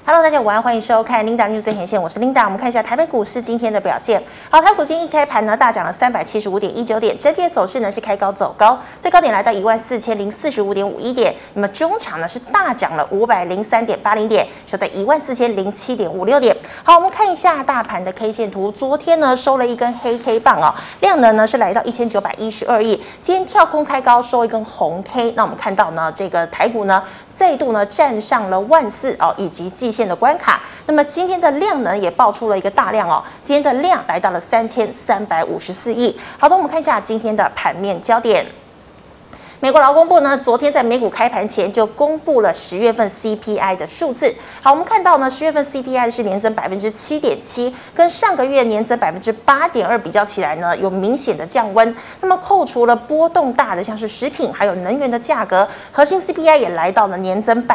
Hello， 大家午安，欢迎收看 Linda News 最前线，我是 Linda。我们看一下台北股市今天的表现。好，台股今天一开盘呢，大涨了375.19点，整体的走势呢是开高走高，最高点来到14045.51点。那么中场呢是大涨了503.80点，收在14007.56点。好，我们看一下大盘的 K 线图，昨天呢收了一根黑 K 棒哦，量能呢是来到1912亿，今天跳空开高收一根红 K。那我们看到呢，这个台股呢再度呢站上了14000哦，以及季线的关卡。那么今天的量呢也爆出了一个大量哦，今天的量来到了3354亿。好的，我们看一下今天的盘面焦点。美国劳工部呢，昨天在美股开盘前就公布了10月份 CPI 的数字。好，我们看到呢，10月份 CPI 是年增7.7%，跟上个月年增8.2%比较起来呢，有明显的降温。那么扣除了波动大的像是食品还有能源的价格，核心 CPI 也来到了年增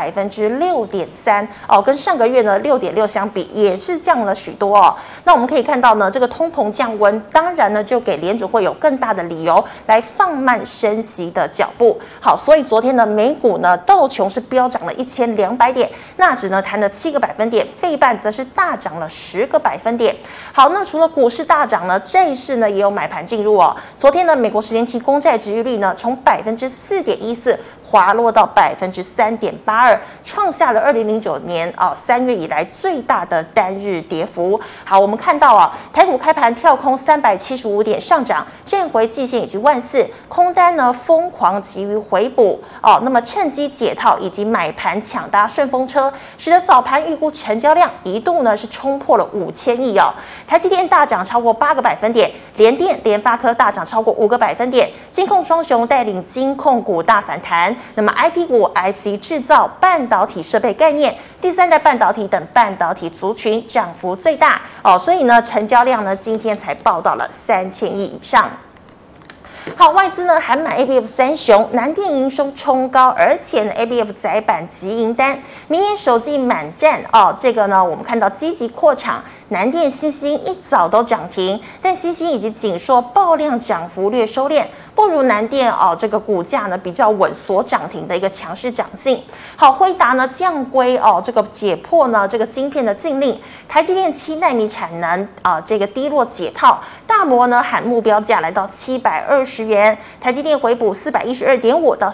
6.3%哦，跟上个月呢6.6%相比也是降了许多哦。那我们可以看到呢，这个通膨降温，当然呢就给联准会有更大的理由来放慢升息的脚步。好，所以昨天的美股呢，道琼是飙涨了1200点，纳指呢弹了7个百分点，费半则是大涨了10个百分点。好，那么除了股市大涨呢，债市呢也有买盘进入哦。昨天呢，美国10年期公债殖利率呢从4.14%滑落到3.82%，创下了2009年3月以来最大的单日跌幅。好，我们看到啊，台股开盘跳空375点上涨，站回季线以及14000，空单呢疯狂急于回补哦，那么趁机解套以及买盘抢搭顺风车，使得早盘预估成交量一度呢是冲破了5000亿哦。台积电大涨超过8个百分点，联电、联发科大涨超过5个百分点，金控双雄带领金控股大反弹。那么 IP 股、IC 制造、半导体设备概念、第三代半导体等半导体族群涨幅最大哦，所以呢，成交量呢今天才报到了3000亿以上。好，外资呢还买 ABF 三雄，南电营收冲高，而且呢 ABF 载板急营单，明年首季满占哦。这个呢，我们看到积极扩厂，南电、欣兴一早都涨停，但欣兴以及景硕爆量涨幅略收敛，不如南电哦。这个股价呢比较稳，所涨停的一个强势涨劲。好，辉达呢降规哦，这个解破呢这个晶片的禁令，台积电7奈米产能这个低落解套，大摩呢喊目标价来到720元，台积电回补412.5到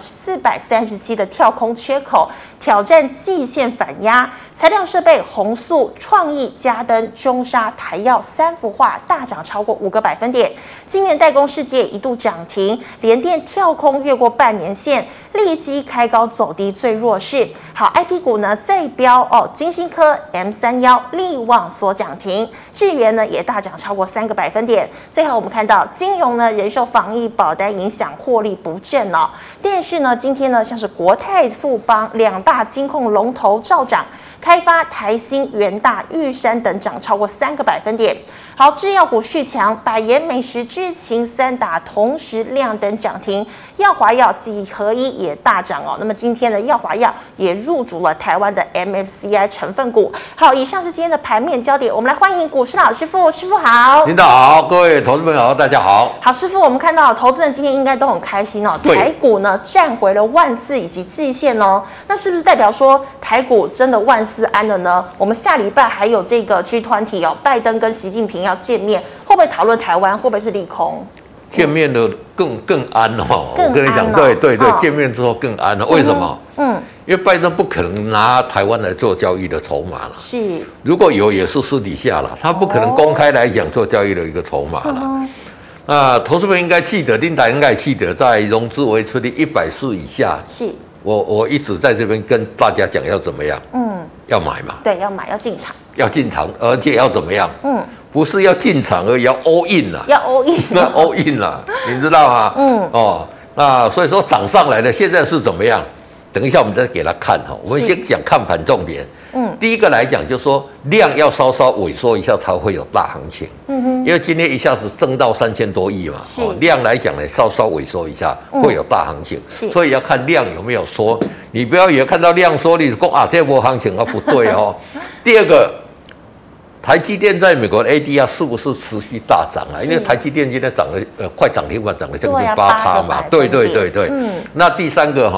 437的跳空缺口，挑战季线反压。材料设备宏塑、创意、嘉登、中砂、台药3幅画大涨超过5个百分点，晶圆代工世界一度涨停，联电跳空越过半年线，立即开高走低最弱势。好 ，IP 股呢再飙哦，金星科、M31、力旺所涨停，智原呢也大涨超过3个百分点。最后我们看到金融呢人寿防疫保单影响获利不振哦，电视呢今天呢像是国泰、富邦两大金控龙头照涨。开发、台新、元大、玉山等涨超过3个百分点。好，制药股续强，百元、美食、知情三大同时亮灯涨停，药华药几合一也大涨哦。那么今天的药华药也入主了台湾的 MSCI 成分股。好，以上是今天的盘面焦点，我们来欢迎股市老师傅，师傅好。 领导好，各位投资朋友好，大家好。 好，师傅，我们看到投资人今天应该都很开心哦，台股呢站回了14000以及季线哦，那是不是代表说台股真的14000安了呢？我们下礼拜还有这个 G20 哦，拜登跟习近平要见面，会不会讨论台湾？会不会是利空？ 见面的更安哦， 更安哦， 我跟你讲，对，见面之后更安了。为什么？因为拜登不可能拿台湾来做交易的筹码了。 是， 如果有也是私底下了，他不可能公开来讲做交易的一个筹码了。那投资人应该记得，领导应该记得，在融资维持率140以下， 是我一直在这边跟大家讲要怎么样，要买嘛， 对，要买，要进场， 而且要怎么样，不是要进场而已，要 all in 啦， 要 all in， 那 all in 啦，你知道吗？那所以说涨上来的现在是怎么样？等一下我们再给他看哈，我们先讲看盘重点。第一个来讲就是说量要稍稍萎缩一下才会有大行情。因为今天一下子挣到3000多亿嘛，量来讲呢稍稍萎缩一下会有大行情，所以要看量有没有缩。你不要以为看到量缩你说这波行情不对哦。第二个。台积电在美国的 ADR 是不是持续大涨啊？因为台积电今天涨了快涨停板，涨了将近8%嘛。对。那第三个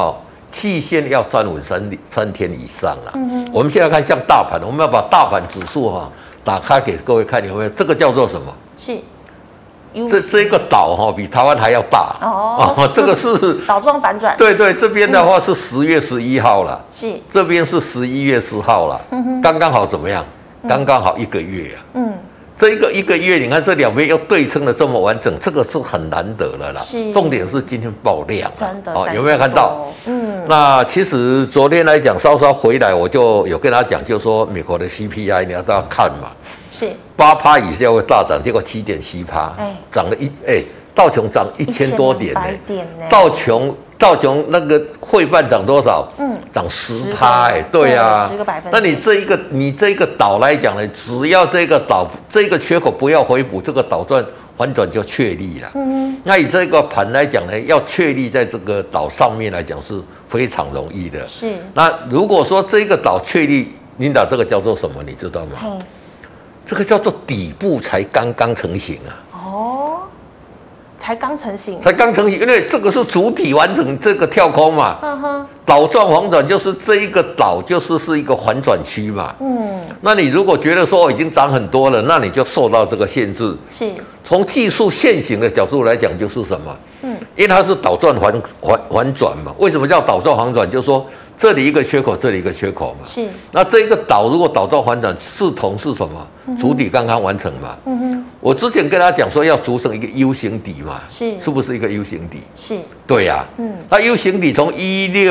季线要站稳三天以上了。我们现在看像大盘，我们要把大盘指数打开给各位看，有没有？这个叫做什么？ 是。 这个岛比台湾还要大这个是岛状反转。 对，这边的话是10月11号了， 是这边是11月10号了，刚刚好怎么样？刚刚好1个月啊。这一个月，你看这两边又对称的这么完整，这个是很难得了啦。重点是今天爆量， 真的有没有看到？那其实昨天来讲稍稍回来，我就有跟他讲，就是说美国的 CPI 你要看嘛。是8%以下会大涨，结果7.7%，涨了道琼涨1000多点呢，道琼那个汇半涨多少？涨10%，对啊，10个百分点。那你这个岛来讲呢，只要这个岛这个缺口不要回补，这个岛反转就确立了。那以这个盘来讲呢，要确立在这个岛上面来讲是非常容易的。是。那如果说这个岛确立，领导这个叫做什么？你知道吗？这个叫做底部才刚刚成型啊！ 才刚成型， 因为这个是主体完成这个跳空嘛。岛状反转就是这一个岛是一个反转区嘛。那你如果觉得说已经涨很多了，那你就受到这个限制。是。从技术现行的角度来讲，就是什么？因为它是岛状反转嘛。为什么叫岛状反转？就是说这里一个缺口，这里一个缺口嘛。是。那这一个岛如果岛状反转，视同是什么？主体刚刚完成嘛。我之前跟他讲说要组成一个 U 型底嘛，是不是一个 U 型底？是。对呀。那 U 型底从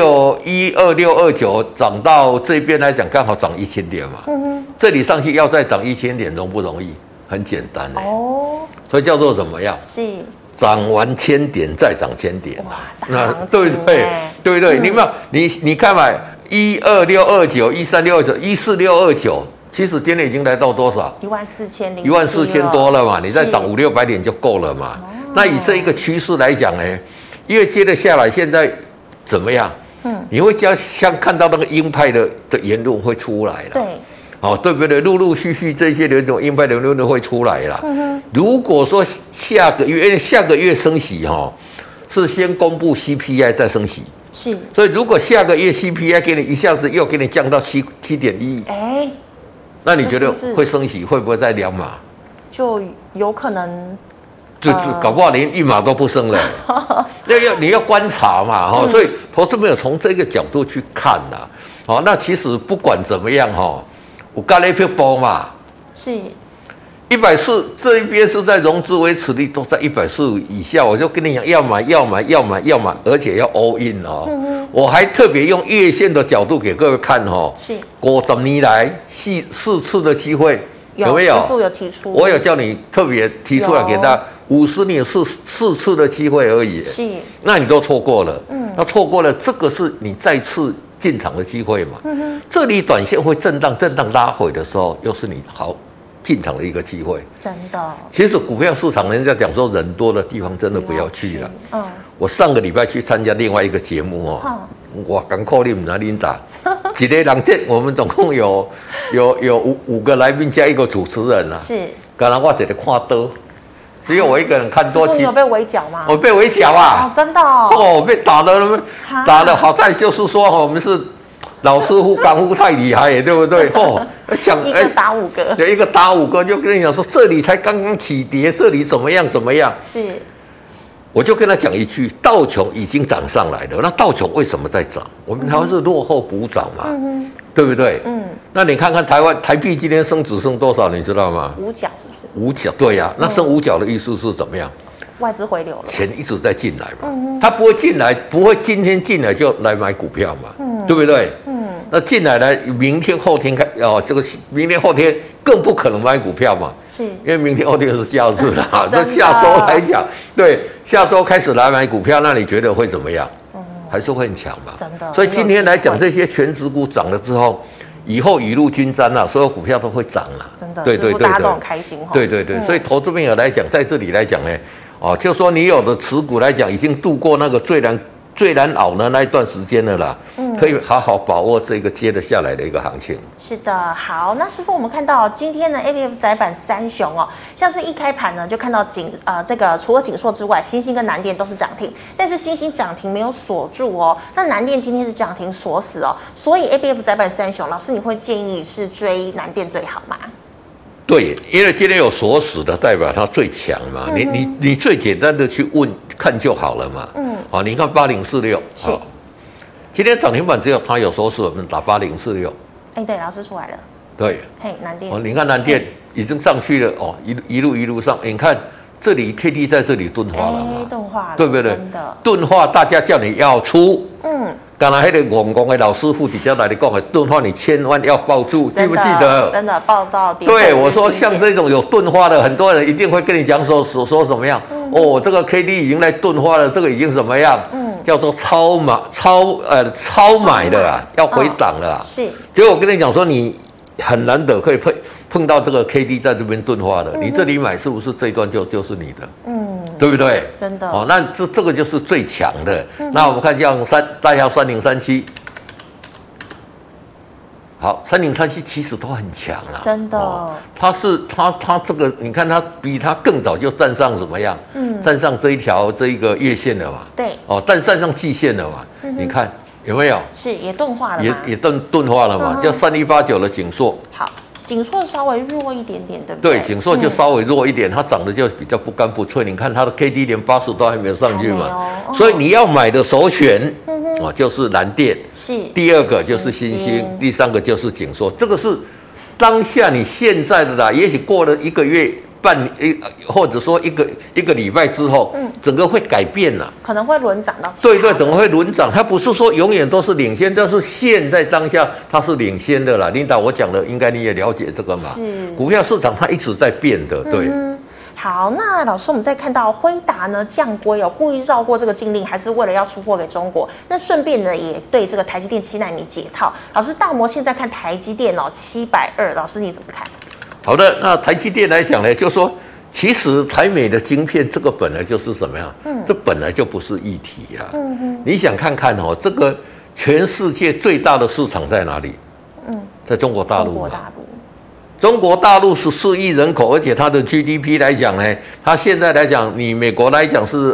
12629涨到这边来讲，刚好涨1000点嘛。这里上去要再涨1000点，容不容易？很简单所以叫做怎么样？是。涨完1000点再涨1000点。哇， 那对不对？你看嘛，12629、13629、14629。其实今天已经来到多少？14000多了嘛，你再涨500-600点就够了嘛。那以这一个趋势来讲呢，因为接着下来现在怎么样？你会像看到那个鹰派的言论会出来了。对。对不对？陆陆续续这些这种鹰派的言论会出来了。如果说下个月，因为下个月升息是先公布 CPI 再升息。是。所以如果下个月 CPI 给你一下子又给你降到7.1，那你觉得会升息会不会再2码？ 就有可能， 就搞不好连1码都不升了。你要观察嘛，所以投资朋友从这个角度去看啦。那其实不管怎么样我刚才一波嘛，是140，这一边是在融资维持率都在145以下，我就跟你讲要买，而且要 all in 我还特别用月线的角度给各位看是50年来4次的机会，有没有？师傅有提出， 我有叫你特别提出来给大家，50年是4次的机会而已，是，那你都错过了，那错过了，这个是你再次进场的机会嘛？这里短线会震荡拉回的时候，又是你好进场的一个机会。真的，其实股票市场人家讲说人多的地方真的不要去了。我上个礼拜去参加另外一个节目我刚扣你们哪里打？几个人这我们总共有5个来宾加1个主持人是，刚刚我在这看多。只有我一个人看多。 你有被围剿吗？ 我被围剿啊！ 真的我被打的好在就是说我们是老师傅功夫太厉害，对不对？ 讲一个打5个， 对，一个打5个，就跟你讲说这里才刚刚起跌，这里怎么样？是，我就跟他讲一句，道琼已经涨上来了，那道琼为什么在涨？我们台湾是落后补涨嘛，对不对？那你看看台币今天升值升多少，你知道吗 ？5角是不是 ？5角，对呀，那升5角的意思是怎么样？ 外资回流了， 钱一直在进来嘛，他不会今天进来就来买股票嘛，对不对？那进来了，明天后天这个明天后天更不可能买股票嘛，是，因为明天后天是假日啦。那下周来讲，对，下周开始来买股票，那你觉得会怎么样？还是会很强嘛？真的。所以今天来讲，这些全指股涨了之后，以后雨露均沾所有股票都会涨了。 真的，对，大家都很开心对，所以投资朋友来讲，在这里来讲呢。就说你有的持股来讲，已经度过那个最难熬的那一段时间了啦。 可以好好把握这个接得下来的一个行情。 是的，好，那师傅，我们看到今天呢 ，ABF 载板三雄哦，像是一开盘呢就看到这个除了景硕之外，新兴跟南电都是涨停，但是新兴涨停没有锁住哦，那南电今天是涨停锁死哦，所以 ABF 载板三雄，老师你会建议是追南电最好吗？对， 因为今天有锁死的，代表它最强嘛。你最简单的去问看就好了嘛。好，你看8046，好，今天涨停板只有它有锁死，我们打8046。 对，老师出来了。 对， 南电。 你看南电已经上去了哦，一路上，你看这里 K D 在这里钝化了嘛？ 钝化了， 对不对？ 真的。 钝化，大家叫你要出。刚才那个网工的老师傅底下来的讲的钝化，你千万要抱住，记不记得？ 真的抱到底。 对，我说像这种有钝化的，很多人一定会跟你讲说什么样？这个 K D 已经在钝化了，这个已经怎么样？叫做超买的啊，要回档了。是。结果我跟你讲说，你很难得可以碰到这个 K D 在这边钝化的，你这里买是不是这一段就是你的？对不对？ 真的。 那这个就是最强的。那我们看像代号3037，好，3037其实都很强啊， 真的。 它这个，你看它比它更早就站上怎么样？站上这一个月线了嘛？对。站上季线了嘛？你看有没有？ 是也钝化了吗？ 也钝化了嘛？叫3189的景硕。好。 景硕稍微弱一点点，对不对？ 对，景硕就稍微弱一点，它涨得就比较不干不脆。你看它的 K D 连80都还没有上去嘛，所以你要买的首选就是南电，是第二个就是新兴，第三个就是景硕。这个是当下你现在的啦，也许过了1个月。或者说一个礼拜之后，整个会改变了， 可能会轮涨到。 对，整个会轮涨，它不是说永远都是领先，但是现在当下它是领先的啦。琳达，我讲的应该你也了解这个嘛？是，股票市场它一直在变的，对。 好，那老师，我们再看到辉达呢降规哦，故意绕过这个禁令，还是为了要出货给中国？那顺便呢，也对这个台积电7奈米解套。老师，大摩现在看台积电哦720，老师你怎么看？ 好的，那台积电来讲呢，就是说，其实台美的晶片这个本来就是什么样？这本来就不是议题啊。你想看看哦，这个全世界最大的市场在哪里？在中国大陆。中国大陆14亿人口，而且它的 GDP 来讲呢，它现在来讲，你美国来讲是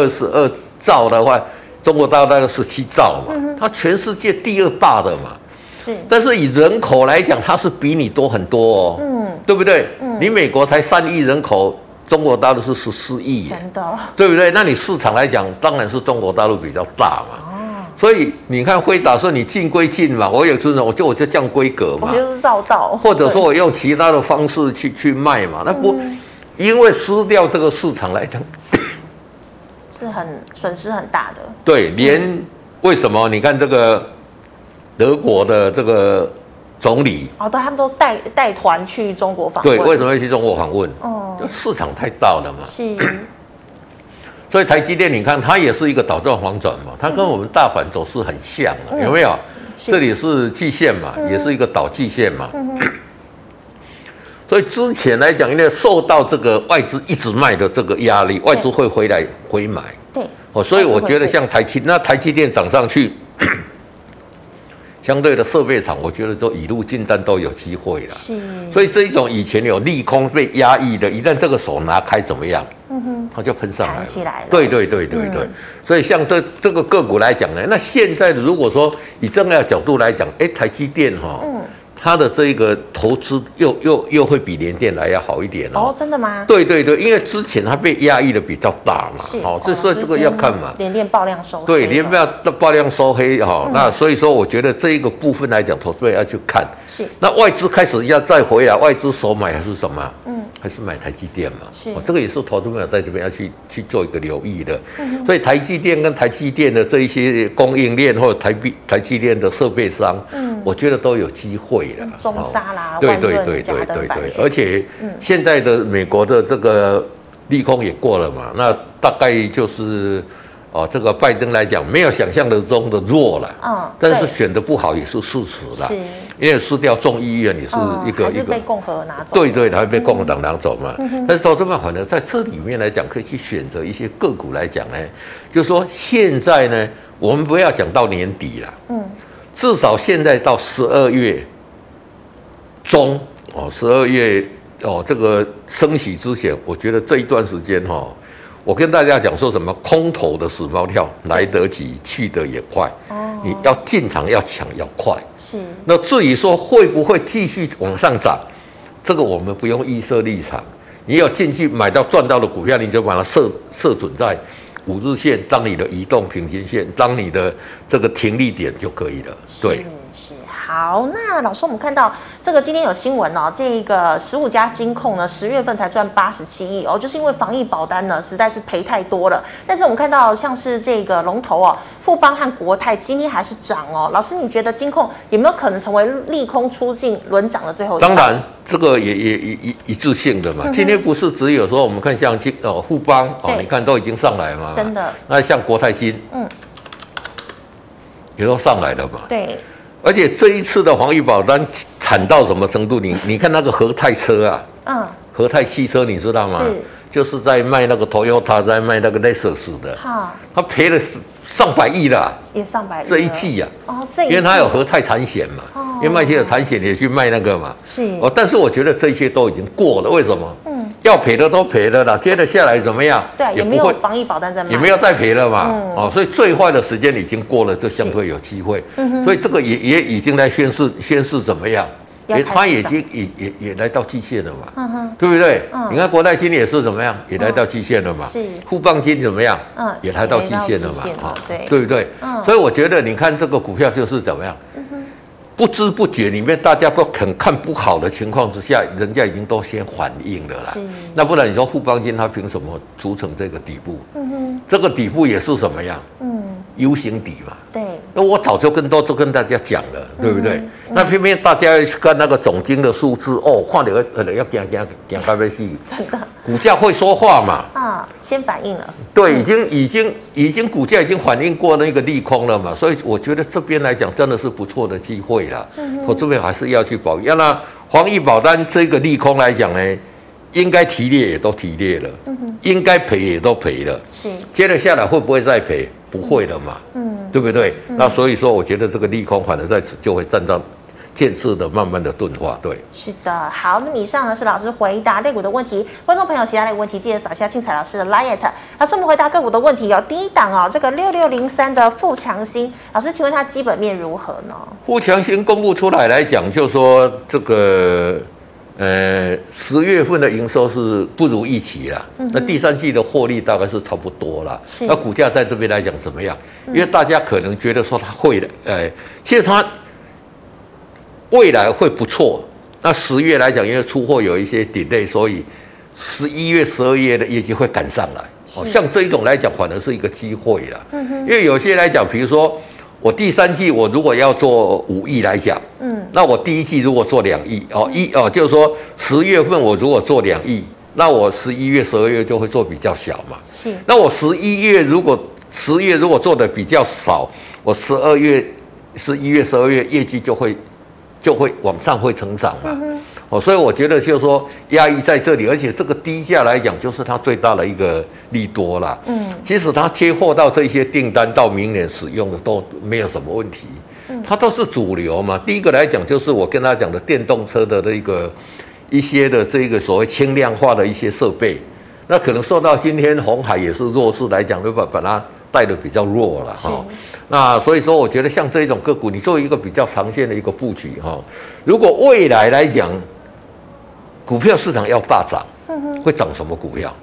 22兆的话，中国大陆大概17兆嘛，它全世界第2大的嘛。但是以人口来讲，它是比你多很多哦，对不对？你美国才3亿人口，中国大陆是14亿，真的，对不对？那你市场来讲，当然是中国大陆比较大嘛。所以你看，辉达说你进归进嘛，我有这种，我就降规格嘛， 我就是绕道， 或者说我用其他的方式去卖嘛，那不因为失掉这个市场来讲， 是很损失很大的。 对，连为什么你看这个德国的这个总理对，他们都带团去中国访问。 对，为什么要去中国访问？市场太大了嘛。是。所以台积电，你看它也是一个倒转反转嘛，它跟我们大盘走势很像，有没有？这里是季线嘛，也是一个倒季线嘛。所以之前来讲，因为受到这个外资一直卖的这个压力，外资会回来回买。对。所以我觉得像台积电涨上去，相对的设备厂，我觉得都一路进单都有机会了。是。所以这一种以前有利空被压抑的，一旦这个手拿开怎么样？它就喷上来了，起来了。对。所以像这个个股来讲呢，那现在如果说以这样的角度来讲，台积电它的这个投资又会比联电来要好一点哦。真的吗？对，因为之前它被压抑的比较大嘛。所以这个要看嘛。 联电爆量收黑。 对，联电爆量收黑那所以说我觉得这一个部分来讲，投资人要去看。是。那外资开始要再回来，外资手买还是什么？还是买台积电嘛。是。这个也是投资者在这边要去做一个留意的。所以台积电跟台积电的这一些供应链或者台积电的设备商，我觉得都有机会。 中沙啦， 对，而且现在的美国的这个利空也过了嘛，那大概就是这个拜登来讲没有想象的中的弱了，但是选的不好也是事实啦，因为失掉众议院也是一个还是被共和拿走， 对，还被共和党拿走嘛，但是投资者反正在这里面来讲，可以去选择一些个股来讲呢，就是说现在呢，我们不要讲到年底了， 至少现在到12月中12月这个升息之前，我觉得这一段时间我跟大家讲说什么，空头的死猫跳来得及，去得也快。你要进场要抢要快。 是。那至于说会不会继续往上涨，这个我们不用预设立场。你有进去买到赚到的股票，你就把它设准在5日线当你的移动平均线，当你的这个停利点就可以了。对。 是。好，那老师，我们看到这个今天有新闻这个15家金控呢，10月份才赚87亿就是因为防疫保单呢实在是赔太多了。但是我们看到像是这个龙头富邦和国泰今天还是涨老师，你觉得金控有没有可能成为利空出尽轮涨的最后一棒？ 当然，这个也一致性的嘛。今天不是只有说我们看像富邦你看都已经上来嘛， 真的。 那像国泰金也都上来了嘛。 对。 而且这一次的防疫保单惨到什么程度？你看那个和泰车和泰汽车你知道吗？是，就是在卖那个 Toyota， 在卖那个 Lexus 的，他赔了上百亿了， 也上百亿这一季这一季因为他有和泰产险嘛，因为卖些有产险也去卖那个嘛， 是但是我觉得这一切都已经过了，为什么？要赔的都赔了啦，接着下来怎么样？ 对，也没有防疫保单在卖， 也没有再赔了嘛。所以最坏的时间已经过了，就相对有机会。所以这个也已经来宣示怎么样？它已经也来到季线了嘛，对不对？你看国泰金也是怎么样，也来到季线了嘛。 是富邦金怎么样？也来到季线了嘛。对不对？所以我觉得你看这个股票就是怎么样？不知不觉里面大家都很看不好的情况之下，人家已经都先反应了啦。那不然你说富邦金它凭什么组成这个底部？这个底部也是什么样？U 型底嘛。 对。 那我早就跟大家讲了，对不对？那偏偏大家看那个总经的数字看到要惊到要死。 真的。 股价会说话嘛？ 先反应了。 对，已经股价已经反映过那个利空了嘛，所以我觉得这边来讲真的是不错的机会啦。我这边还是要去保佑。那防疫保单这个利空来讲呢，应该提列也都提列了，应该赔也都赔了。 是。 接着下来会不会再赔？不会了嘛。对不对？那所以说，我觉得这个利空反而在此就会站到渐次的慢慢的钝化。对， 是的。好，那么以上呢是老师回答类股的问题，观众朋友其他的问题记得扫一下庆彩老师的 LINE。老师，我们回答个股的问题第一档这个6603的富强新，老师请问它基本面如何呢？ 富强新公布出来来讲，就说这个10月份的营收是不如预期啦，那第3季的获利大概是差不多啦。那股价在这边来讲怎么样？因为大家可能觉得说它会的，其实它未来会不错。那10月来讲，因为出货有一些 delay， 所以11月、12月的业绩会赶上来。像这一种来讲，反而是一个机会啦。因为有些来讲，比如说我第3季我如果要做5亿来讲，那我第1季如果做2亿就是说10月份我如果做2亿，那我11月、12月就会做比较小嘛。是。那我10月如果做的比较少，我11月、12月业绩就会往上会成长嘛。所以我觉得就是说压抑在这里，而且这个低价来讲，就是它最大的一个利多啦。其实它接获到这些订单到明年使用的都没有什么问题，它都是主流嘛。第一个来讲，就是我跟他讲的电动车的一些的这个所谓轻量化的一些设备，那可能受到今天鸿海也是弱势来讲，就把它带的比较弱了哈。那所以说，我觉得像这一种个股，你作为一个比较长线的一个布局如果未来来讲，股票市场要大涨，会涨什么股票？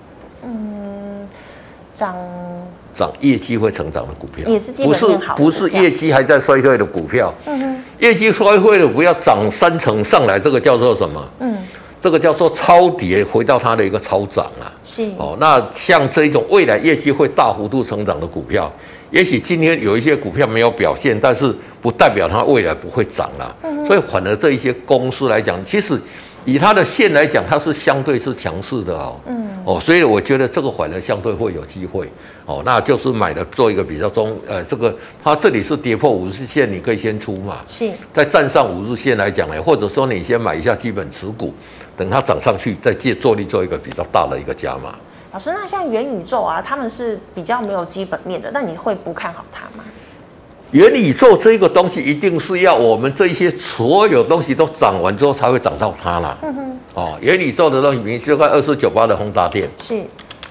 涨业绩会成长的股票， 也是基本面好的股票， 不是业绩还在衰退的股票。业绩衰退的股票涨3成上来，这个叫做什么？这个叫做超跌，回到它的一个超涨啊。是那像这一种未来业绩会大幅度成长的股票，也许今天有一些股票没有表现，但是不代表它未来不会涨啦。所以反而这一些公司来讲，其实以它的线来讲，它是相对是强势的所以我觉得这个反而相对会有机会那就是买的做一个比较这个它这里是跌破50日线，你可以先出嘛，是再站上5日线来讲或者说你先买一下基本持股，等它涨上去再做一个比较大的一个加码。 老师，那像元宇宙他们是比较没有基本面的，那你会不看好它吗？ 元宇宙这个东西一定是要我们这些所有东西都涨完之后才会涨到它啦。元宇宙的东西，你就看2498的宏达电， 是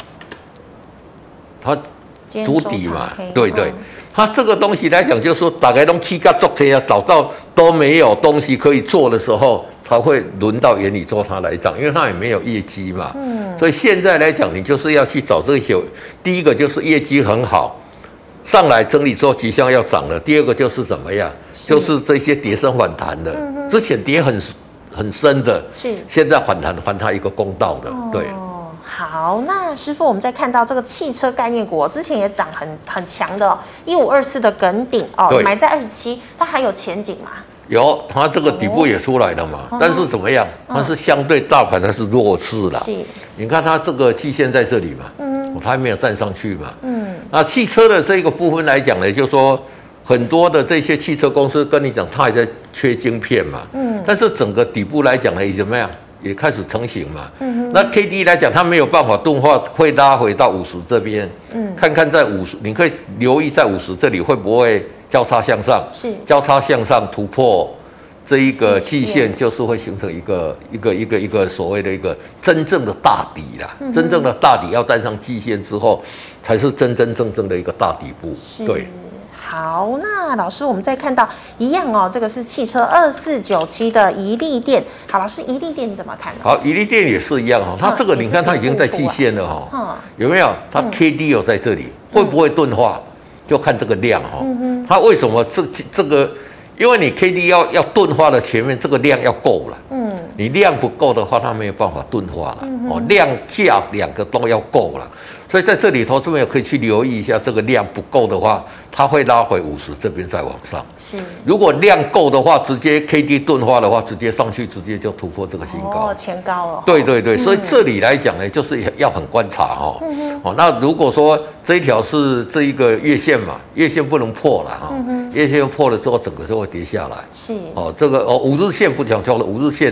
它筑底嘛，对对。它这个东西来讲，就是说大概都起价做起啊，找到都没有东西可以做的时候，才会轮到元宇宙它来涨，因为它也没有业绩嘛。所以现在来讲，你就是要去找这些，第一个就是业绩很好。上来整理之后即将要涨了，第二个就是怎么样？就是这些跌升反弹的，之前跌很深的，是现在反弹还它一个公道的，对。 好，那师傅，我们再看到这个汽车概念股，之前也涨很强的1524的耿鼎买在27，它还有前景吗？ 有，它这个底部也出来了嘛，但是怎么样？它是相对大盘它是弱势啦。你看它这个季线在这里嘛，它还没有站上去嘛。那汽车的这个部分来讲呢，就是说很多的这些汽车公司跟你讲，它还在缺晶片嘛。但是整个底部来讲呢，也怎么样？也开始成型嘛。那 KD 来讲，它没有办法钝化，会拉回到50这边。看看在50，你可以留意在50这里会不会交叉向上？是交叉向上突破这一个季线，就是会形成一个所谓的一个真正的大底啦。真正的大底要站上季线之后，才是真真正正的一个大底部。对。 好，那老师，我们再看到一样这个是汽车2497的怡利电。好，老师，怡利电你怎么看呢？ 好，怡利电也是一样它这个你看它已经在季线了有没有？它 KD 有在这里，会不会钝化？就看这个量它为什么这个？因为你 KD 要钝化的前面这个量要够了，你量不够的话，它没有办法钝化了量价两个都要够了。所以在这里投资朋友可以去留意一下，这个量不够的话，它会拉回50这边再往上。是，如果量够的话，直接 KD 钝化的话，直接上去，直接就突破这个新高，前高了。对对对，所以这里来讲呢，就是要很观察那如果说这一条是这一个月线嘛，月线不能破了月线破了之后，整个就会跌下来。是这个5日线不讲究了，5日线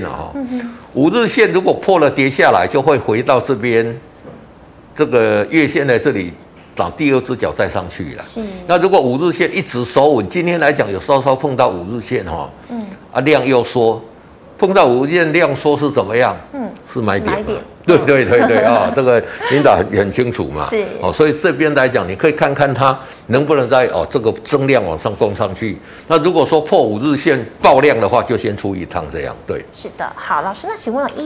5日线如果破了跌下来，就会回到这边。这个月线在这里长第二只脚再上去了。那如果5日线一直守稳，今天来讲有稍稍碰到5日线量又缩，碰到5日线量缩是怎么样？是买点。对对对对这个领导很清楚嘛。是所以这边来讲，你可以看看它能不能在这个增量往上攻上去。那如果说破5日线爆量的话，就先出一趟这样。对， 是的。好，老师，那请问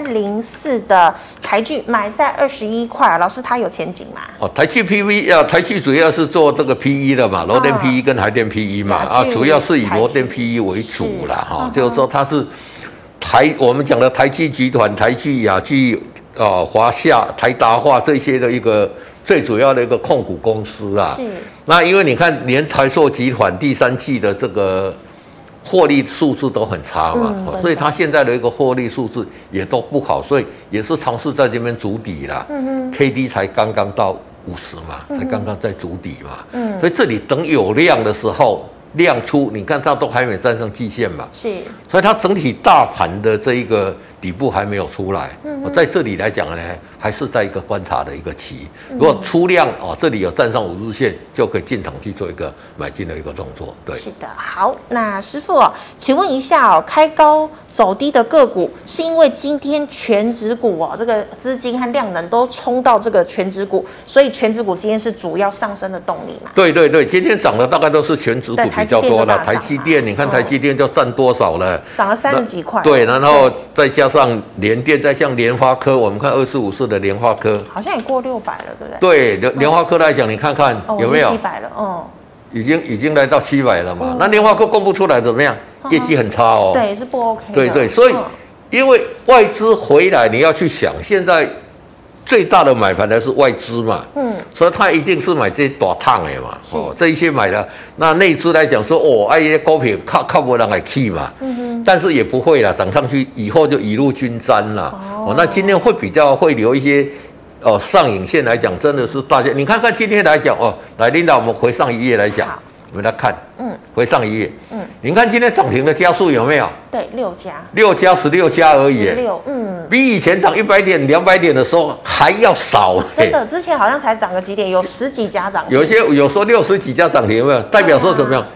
1304的台聚买在21块，老师它有前景吗？ 台聚 PV 台聚主要是做这个 PE 的嘛，螺电 PE 跟台电 PE 嘛主要是以螺电 PE 为主啦就是说它是我们讲的台积集团、台积、亚聚。华夏、台达化这些的一个最主要的一个控股公司是。那因为你看，连台塑集团第3季的这个获利数字都很差嘛，所以它现在的一个获利数字也都不好，所以也是尝试在这边筑底啦。KD 才刚刚到50嘛，才刚刚在筑底嘛。所以这里等有量的时候。量出，你看它都还没站上季线嘛，是，所以它整体大盘的这一个底部还没有出来。在这里来讲呢，还是在一个观察的一个期。如果出量这里有站上5日线，就可以进场去做一个买进的一个动作。对， 是的。好，那师傅请问一下开高走低的个股，是因为今天全指股这个资金和量能都冲到这个全指股，所以全指股今天是主要上升的动力嘛？对对对，今天涨的大概都是全指股比较多了。台积电，你看台积电就占多少了？涨了30几块。对，然后再加上联电，再像联发科，我们看2454的联发科，好像也过600了，对不对？对，联发科来讲，你看看有没有700了？已经来到700了嘛？那联发科公布出来怎么样？业绩很差对，是不 OK 的。对对，所以因为外资回来，你要去想，现在最大的买盘的是外资嘛，所以他一定是买这些大趟的嘛，这一些买的。那内资来讲说，这些股票靠不人来去嘛，但是也不会啦，涨上去以后就雨露均沾啦。那今天会比较会留一些上影线来讲，真的是大家你看看今天来讲来领导我们回上一页来讲。我们来看，回上一页，你看今天涨停的家数有没有？对，6家，16家而已，16，比以前涨100点、200点的时候还要少。真的，之前好像才涨个几点，有10几家涨停，有时候60几家涨停，有没有？代表说怎么样？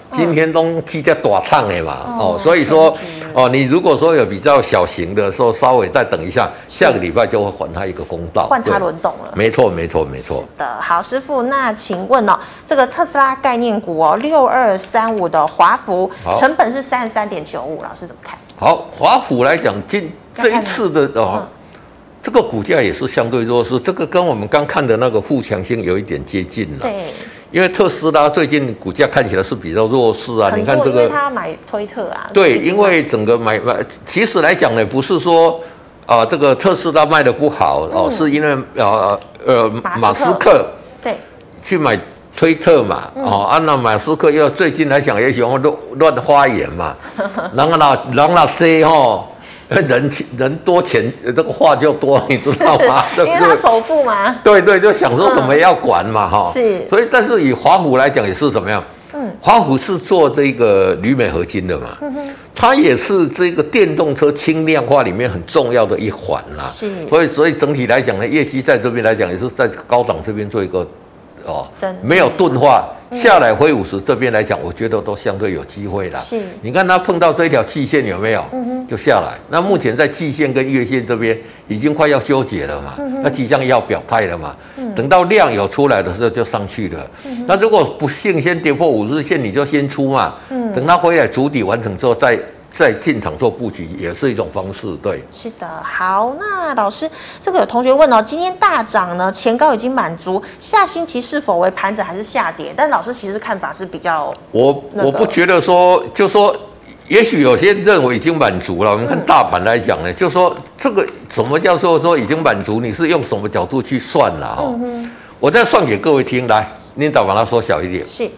今天都去在大烫的嘛，所以说你如果说有比较小型的时候，稍微再等一下，下个礼拜就会还他一个公道， 换他轮动了。 没错。 是的，好，师傅，那请问这个特斯拉概念股6235的华孚，成本是33.95，老师怎么看？ 好，华孚来讲，这一次的这个股价也是相对弱势，这个跟我们刚看的那个富强新有一点接近了。 对， 因为特斯拉最近股价看起来是比较弱势啊。你看这个，因为他买推特啊。 对，因为整个买，其实来讲呢，不是说这个特斯拉卖的不好是因为马斯克对去买推特嘛，那马斯克要最近来讲也喜欢乱花言嘛，然后这人多钱，这个话就多，你知道吗？ 因为他首富嘛。 对，就想说什么要管嘛， 是。 所以，但是以华孚来讲也是怎么样？华孚是做这个铝镁合金的嘛，它也是这个电动车轻量化里面很重要的一环啦。 是。 所以整体来讲呢，业绩在这边来讲也是在高档这边做一个没有钝化。下来回50这边来讲，我觉得都相对有机会啦。 是， 你看它碰到这一条季线有没有？就下来。那目前在季线跟月线这边已经快要纠结了嘛，那即将要表态了嘛。等到量有出来的时候就上去了。那如果不幸先跌破50日线，你就先出嘛。等它回来筑底完成之后再进场做布局也是一种方式，对。 是的，好，那老师，这个有同学问今天大涨呢，前高已经满足，下星期是否为盘整还是下跌？但老师其实看法是比较，我不觉得说，就说，也许有些认为已经满足了。我们看大盘来讲呢，就说这个什么叫做说已经满足？你是用什么角度去算啦？我再算给各位听，来，领导把它缩小一点。 是。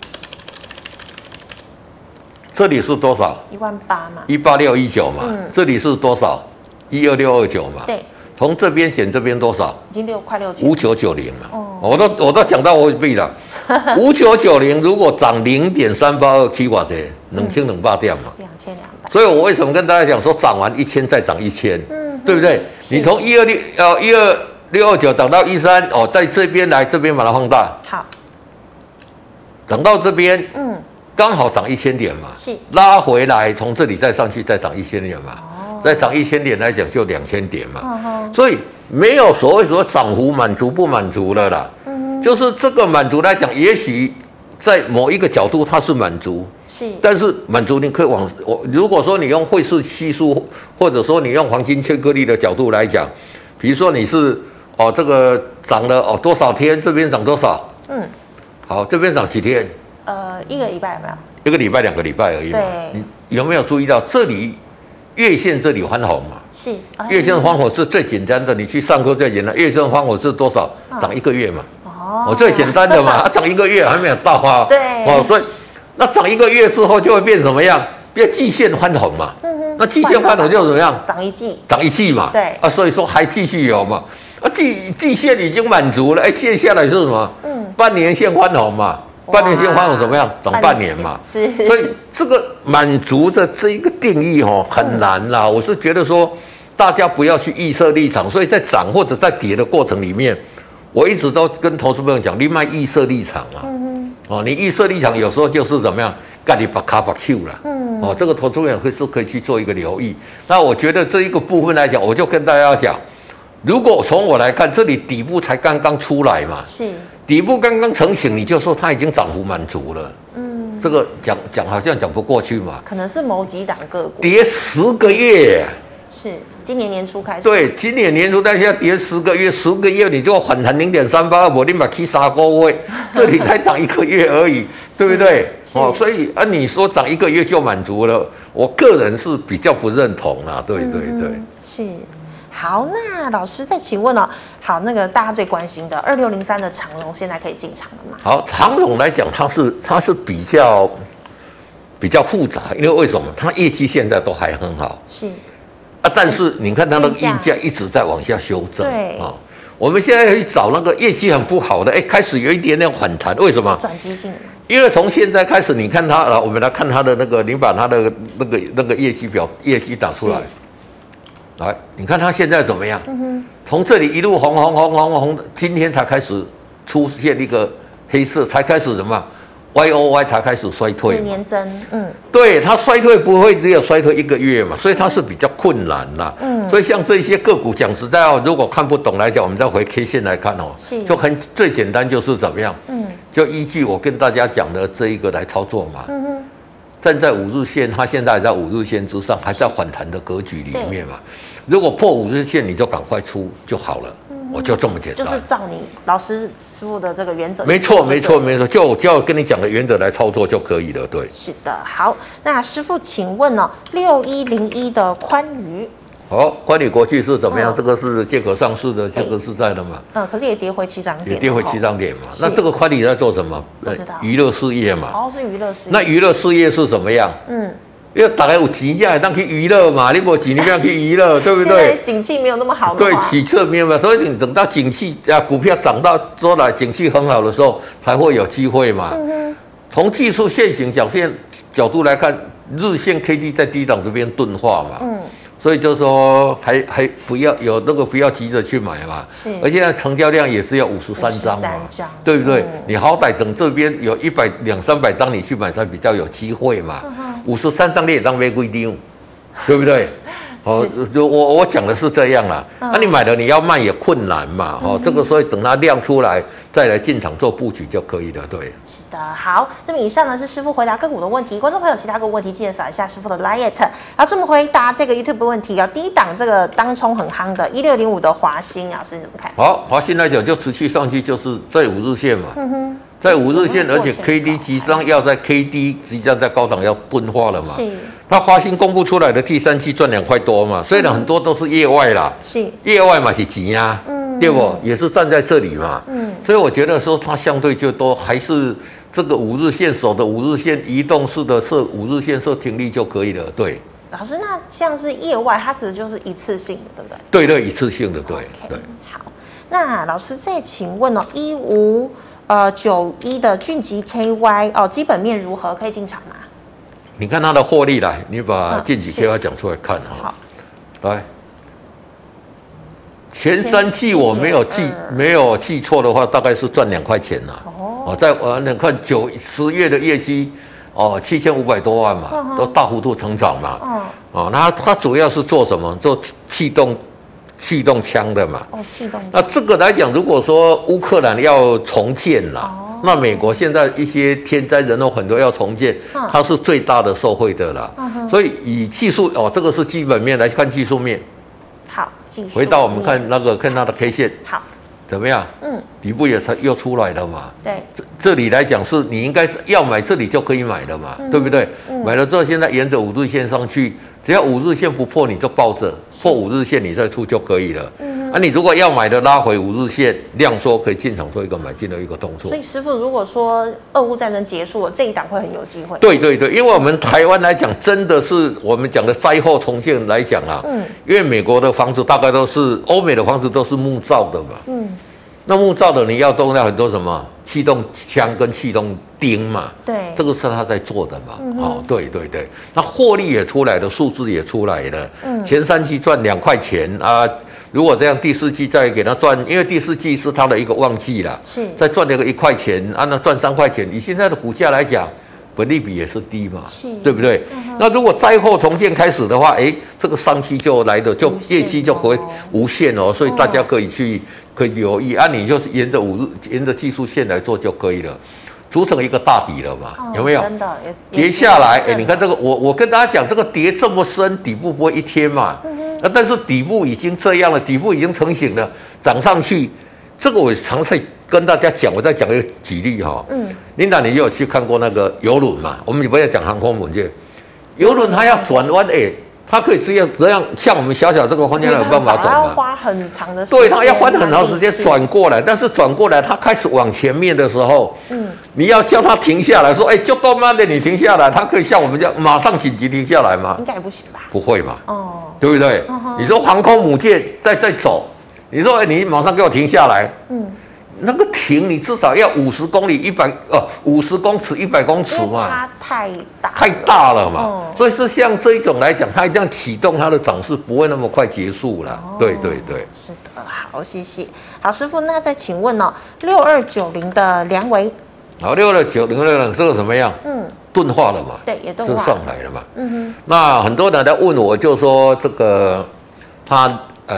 这里是多少 ？18000嘛 ，18619嘛。这里是多少？12629嘛。 对。 从这边减这边多少？ 已经快6000。 5990嘛。我都讲到我币了。5990如果涨0.382起多少？2200点嘛。2200。所以我为什么跟大家讲说涨完1000再涨1000？对不对？你从12629涨到13，在这边来这边把它放大。 好。 涨到这边，刚好涨1000点嘛， 是拉回来，从这里再上去，再涨1000点嘛，再涨1000点来讲就2000点嘛，所以没有所谓说涨幅满足不满足了啦，就是这个满足来讲，也许在某一个角度它是满足， 是， 但是满足你可以如果说你用汇市系数，或者说你用黄金切割率的角度来讲，比如说你是这个涨了多少天，这边涨多少，好，这边涨几天。 1个礼拜有没有 ？1个礼拜、2个礼拜而已嘛。你有没有注意到这里月线这里翻红嘛？ 是。 月线翻红是最简单的，你去上课最简单。月线翻红是多少？涨1个月嘛。最简单的嘛，涨1个月还没有到啊。 对。 所以那涨1个月之后就会变什么样？变季线翻红嘛。那季线翻红就怎么样？ 涨一季。 涨一季嘛。 对。 所以说还继续有嘛。季线已经满足了，接下来是什么？半年线翻红嘛。半年线翻红怎么样？涨半年嘛， 是， 所以这个满足的这一个定义很难啦。我是觉得说，大家不要去预设立场，所以在涨或者在跌的过程里面，我一直都跟投资朋友讲，你卖预设立场嘛，你预设立场有时候就是怎么样，干你把卡把手了，这个投资朋友可以去做一个留意。那我觉得这一个部分来讲，我就跟大家讲，如果从我来看，这里底部才刚刚出来嘛， 是。 底部刚刚成型，你就说它已经涨幅满足了，这个讲好像讲不过去嘛。 可能是某几档个股跌10个月， 是今年年初开始。 对，今年年初，但现在跌10个月，10个月你就反弹0.382，我立马去3个月，这里才涨1个月而已，对不对？所以你说涨1个月就满足了，我个人是比较不认同啦，对， 是。好，那老师再请问好，那个大家最关心的2603的长荣现在可以进场了吗？ 好，长荣来讲，它是比较复杂，因为为什么？它业绩现在都还很好， 是但是你看它的运价一直在往下修正， 对我们现在去找那个业绩很不好的，开始有一点点反弹，为什么？ 转机性的。 因为从现在开始，你看它我们来看它的那个，你把它的那个业绩打出来。来，你看它现在怎么样？从这里一路红，今天才开始出现一个黑色，才开始什么 YOY 才开始衰退是年增， 对，它衰退不会只有衰退1个月嘛，所以它是比较困难啦。所以像这些个股，讲实在如果看不懂来讲，我们再回 K 线来看就最简单就是怎么样，就依据我跟大家讲的这一个来操作嘛。站在5日线，它现在还在5日线之上，还在反弹的格局里面嘛。如果破5日线，你就赶快出就好了。我就这么简单， 就是照你老师师傅的这个原则。 没错，就要跟你讲的原则来操作就可以了。对， 是的。好，那师傅，请问6101的宽宇。 宽宇国际是怎么样？这个是借壳上市的，这个是在的嘛？ 可是也跌回7涨点， 也跌回7涨点嘛。那这个宽宇在做什么？ 不知道。 娱乐事业嘛。 是娱乐事业。 那娱乐事业是什么样？因为大家有钱才会当去娱乐嘛，你没钱你不要去娱乐，对不对？ 现在景气没有那么好的话， 对，起色没有嘛，所以你等到景气股票涨到说来景气很好的时候，才会有机会嘛。从技术线型角度来看，日线 K D 在低档这边钝化嘛，所以就说还不要有那个不要急着去买嘛，而且呢成交量也是要53张嘛，对不对？你好歹等这边有200-300张你去买才比较有机会嘛，53张你也当没规定，对不对？我讲的是这样啦，那你买了你要卖也困难嘛，这个所以等它量出来再来进场做布局就可以了，对。 是的，好，那么以上呢是师傅回答个股的问题，观众朋友其他个问题记得扫一下师傅的 Line。老师，我们回答这个 YouTube 问题第一档这个当冲很夯的1605的华兴，老师你怎么看？ 好，华兴来讲就持续上去，就是在5日线嘛，在5日线，而且 KD 即将要在 KD 即将在高档要钝化了嘛，是。那华兴公布出来的第3季赚2块多嘛，虽然很多都是业外啦，是业外嘛是钱啊，对不？也是站在这里嘛，所以我觉得说它相对就都还是这个5日线守的5日线移动式的设5日线设停利就可以了，对。 老师，那像是业外，它其实就是一次性的，对不对？ 对，一次性的，对。 好，那老师再请问1591的俊吉 KY 基本面如何？可以进场吗？ 你看它的获利来，你把近几 KY 讲出来看好， 来，前3季我没有记错的话，大概是赚2块钱呐。在你看10月的业绩7500多万嘛，都大幅度成长嘛。那它主要是做什么？做气动枪的嘛。 气动枪。 那这个来讲，如果说乌克兰要重建啦。那美国现在一些天灾人祸很多要重建，它是最大的受惠的啦。所以以技术这个是基本面来看技术面。 好，技术面。 回到我们看看它的 K 线， 好， 怎么样？底部也又出来了嘛。 对， 这里来讲是你应该要买，这里就可以买了嘛，对不对？买了之后，现在沿着5日线上去，只要5日线不破，你就抱着，破5日线你再出就可以了。你如果要买的拉回5日线量缩，可以进场做一个买进的一个动作。 所以师傅，如果说俄乌战争结束了，这一档会很有机会。 对，因为我们台湾来讲，真的是我们讲的灾后重建来讲啊，因为美国的房子大概都是欧美的房子都是木造的嘛，那木造的你要动到很多什么气动枪跟气动钉嘛， 对， 这个是他在做的嘛，对，那获利也出来了，数字也出来了，前3季赚2块钱啊。如果这样，第4季再给他赚，因为第4季是他的一个旺季啦，是再赚了个1块钱，那赚3块钱。以现在的股价来讲，本利比也是低嘛，对不对？那如果灾后重建开始的话，这个商机就来的，就业绩就会无限哦，所以大家可以留意啊，你就是沿着技术线来做就可以了。组成一个大底了嘛，有没有？真的跌下来，你看这个，我跟大家讲，这个跌这么深，底部不会一天嘛，但是底部已经这样了，底部已经成型了，涨上去，这个我常在跟大家讲，我再讲一个举例哈。琳达，你也有去看过那个邮轮嘛？我们不要讲航空母舰，邮轮它要转弯，它可以这样，像我们小小这个空间有办法转吗？ 它要花很长的时间。 对，它要花很长时间转过来，但是转过来它开始往前面的时候，你要叫它停下来，说，就够慢的，你停下来，它可以像我们这样马上紧急停下来吗？ 应该也不行吧？ 不会嘛？对不对？你说航空母舰在走，你说，你马上给我停下来，那个停，你至少要50公里50公尺100公尺嘛， 它太大了嘛，所以是像这一种来讲，它一定要启动它的涨势，不会那么快结束了。对， 是的，好，谢谢。好，师傅，那再请问6290的良维好，62906这个怎么样？钝化了嘛？ 对，也钝化， 就上来了嘛。那很多人来问我，就说这个他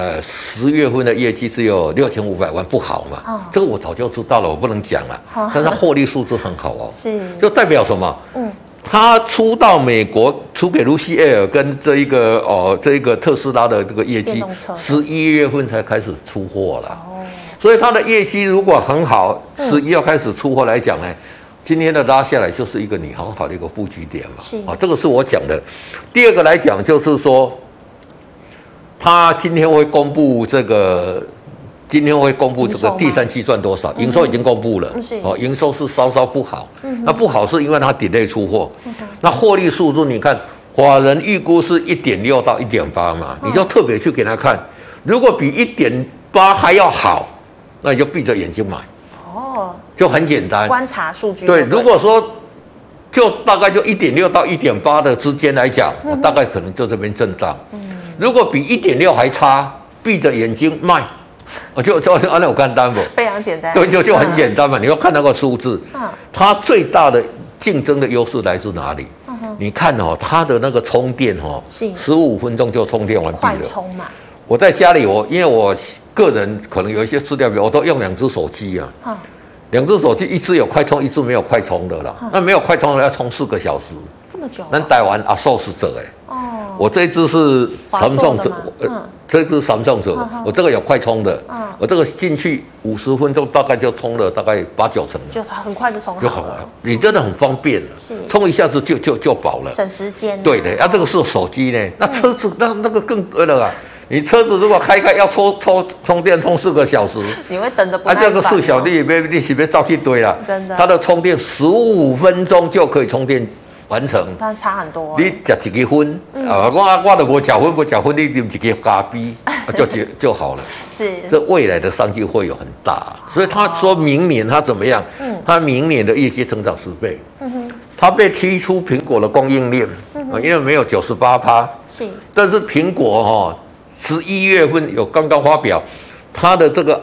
10月份的业绩只有6500万，不好嘛？这个我早就知道了，我不能讲了。但是他获利数字很好哦， 是， 就代表什么？他出到美国，出给露西埃尔跟这一个特斯拉的这个业绩，11月份才开始出货了。所以他的业绩如果很好，11月开始出货来讲呢，今天的拉下来就是一个你很好的一个布局点嘛。这个是我讲的。第二个来讲就是说，他今天会公布这个第三季赚多少，营收已经公布了。营收是稍稍不好，那不好是因为它delay出货。那获利数字你看，法人预估是1.6到1.8嘛，你就特别去给他看，如果比1.8还要好，那你就闭着眼睛买。就很简单， 观察数据。 对，如果说就大概就1.6到1.8的之间来讲，我大概可能就这边震荡。如果比1.6还差，闭着眼睛卖。就按照我干单不？ 非常简单， 对，就很简单嘛。你要看那个数字，它最大的竞争的优势来自哪里？你看哦，它的那个充电哦，15分钟就充电完毕了。 快充嘛。 我在家里，因为我个人可能有一些资料，我都用2只手机啊。2只手机，一只有快充，一只没有快充的啦。那没有快充的要充4个小时， 这么久？ 咱台湾寿司者我这一只是Samsung者，这一只Samsung者，我这个有快充的，我这个进去50分钟大概就充了大概8、9成， 就很快就充好了。 你真的很方便，充一下子就饱了， 省时间。 对的，这个是手机呢，那车子那个更多了啊。你车子如果开要充电充4个小时， 你会等着不耐烦。 这个4小时你是别造一堆了， 真的。 它的充电15分钟就可以充电完成， 但差很多。 你吃一个分我都不吃分，你啉一个咖啡就好了。 是， 这未来的商机会有很大，所以他说明年他怎么样？他明年的业绩成长10倍。他被踢出苹果的供应链，因为没有98%。 是， 但是苹果11月份有刚刚发表，它的这个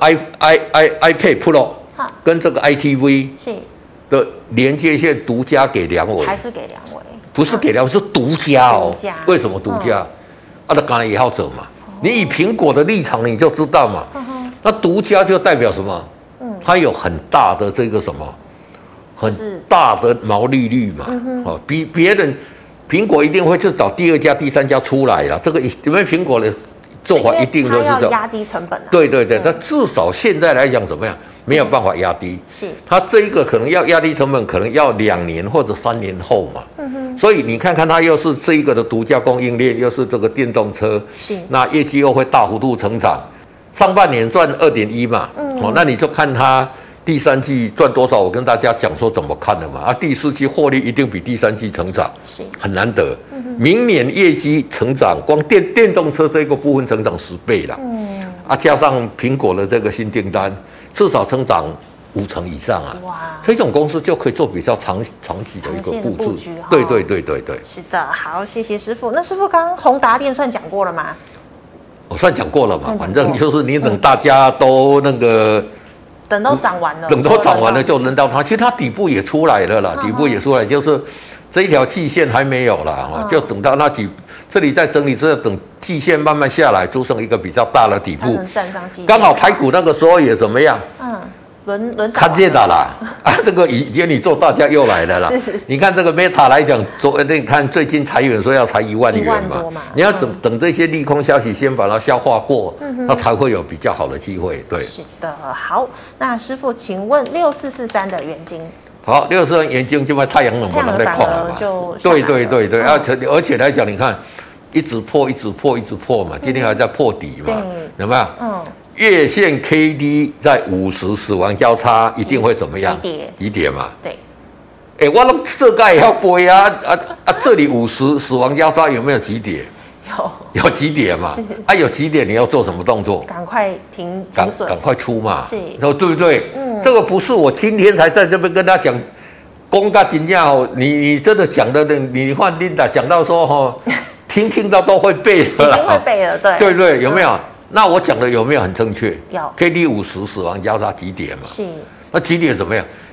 iPad Pro 跟这个 iTV 是的连接线独家给良伟， 还是给良伟？ 不是给良伟，是独家哦。为什么独家？那当然也要走嘛。你以苹果的立场你就知道嘛。那独家就代表什么？它有很大的这个什么，很大的毛利率嘛。比别人，苹果一定会去找第2家、第3家出来啦。这个因为苹果的做法一定都是要压低成本啊。 对，但至少现在来讲怎么样？没有办法压低， 是它这一个可能要压低成本，可能要2年或者3年后嘛。所以你看看它又是这一个的独家供应链，又是这个电动车， 是那业绩又会大幅度成长，上半年赚2.1嘛，那你就看它第3季赚多少，我跟大家讲说怎么看的嘛。第4季获利一定比第3季成长，很难得。明年业绩成长，光电动车这个部分成长10倍啦，加上苹果的这个新订单，至少成长5成以上啊！哇，这种公司就可以做比较长期的一个布局。对。 是的，好，谢谢师傅。那师傅刚刚宏达电算讲过了吗？ 我算讲过了嘛，反正就是你等大家都那个。 等都涨完了， 就轮到它。其实它底部也出来了啦，底部也出来，就是这一条季线还没有啦，就等到这里再整理之后，等季线慢慢下来，组成一个比较大的底部。刚好台股那个时候也怎么样？ 轮看见了啦，这个以前你做大家又来了啦。你看这个 Meta 来讲，你看最近裁员说要裁1万元嘛，你要等这些利空消息先把它消化过，它才会有比较好的机会。对， 是的，好，那师傅，请问6443的元晶。 好，6443元晶就把太阳能不能再矿了嘛？对，而且来讲，你看一直破嘛，今天还在破底嘛，有没有？月线 K D 在50死亡交叉一定会怎么样？急跌嘛。对。我这个也要背啊！这里50死亡交叉有没有急跌？有急跌嘛？有急跌你要做什么动作？ 赶快停损， 赶快出嘛。对不对？这个不是我今天才在这边跟他讲，公告金价你真的讲的，你换Linda讲到说听到都会背了啦。 已经会背了，对。 对，有没有？那我讲的有没有很正确？ 有 ，K D 50死亡交叉急跌嘛？ 是。 那急跌怎么样？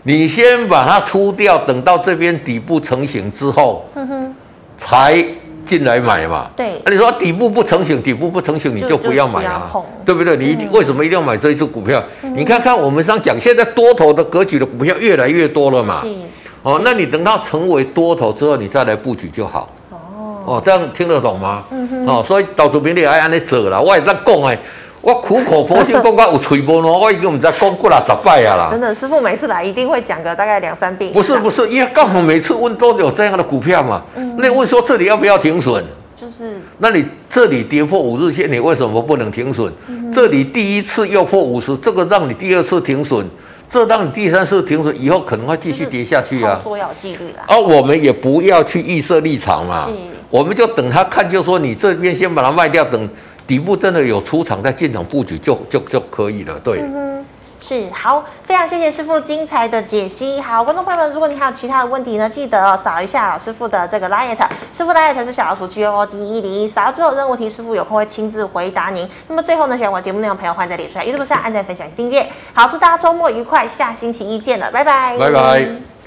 你先把它出掉，等到这边底部成型之后，才进来买嘛。 对。 那你说底部不成型，你就不要买啊，对不对？你为什么一定要买这一只股票？你看看我们上讲，现在多头的格局的股票越来越多了嘛。哦，那你等它成为多头之后，你再来布局就好。哦，这样听得懂吗？哦，所以到处边你爱安尼做啦，我也在讲哎。我苦口婆心讲，我有吹波喏，我已经唔知讲过了10摆啊啦。 真的，师傅每次来一定会讲个大概2、3遍。 不是，因为刚好每次问都有这样的股票嘛。那问说这里要不要停损？ 就是。那你这里跌破5日线，你为什么不能停损？这里第一次又破50，这个让你第2次停损，这让你第3次停损，以后可能会继续跌下去啊。 操作要有纪律啦。 而我们也不要去预设立场嘛，我们就等他看，就说你这边先把它卖掉，等。底部真的有出场再进场布局就可以了，对。 是好，非常谢谢师傅精彩的解析。好，观众朋友们，如果你还有其他的问题呢，记得扫一下老师傅的这个 Line， 师傅 Line 是小老鼠 GOD101，扫之后任务题师傅有空会亲自回答您。那么最后呢，喜欢我节目内容朋友，欢迎在脸书、YouTube 上按赞、分享、订阅。好，祝大家周末愉快，下星期一见了，拜拜， 拜拜。